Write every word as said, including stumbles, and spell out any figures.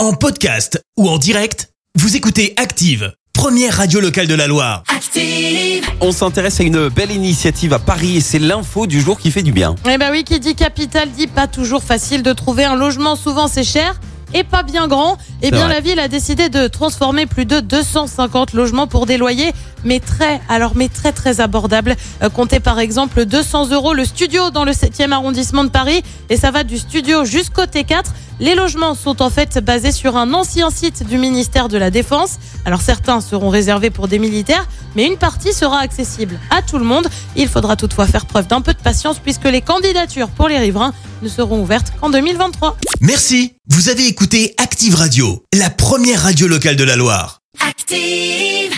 En podcast ou en direct, vous écoutez Active, première radio locale de la Loire. Active. On s'intéresse à une belle initiative à Paris et c'est l'info du jour qui fait du bien. Eh ben oui, qui dit capitale dit pas toujours facile de trouver un logement, souvent c'est cher et pas bien grand. Eh C'est bien vrai. la ville a décidé de transformer plus de deux cent cinquante logements pour des loyers, mais très, alors mais très très abordables. Euh, comptez par exemple deux cents euros le studio dans le septième arrondissement de Paris et ça va du studio jusqu'au T quatre. Les logements sont en fait basés sur un ancien site du ministère de la Défense. Alors certains seront réservés pour des militaires, mais une partie sera accessible à tout le monde. Il faudra toutefois faire preuve d'un peu de patience puisque les candidatures pour les riverains ne seront ouvertes qu'en deux mille vingt-trois. Merci, vous avez écouté Active Radio, la première radio locale de la Loire. Active.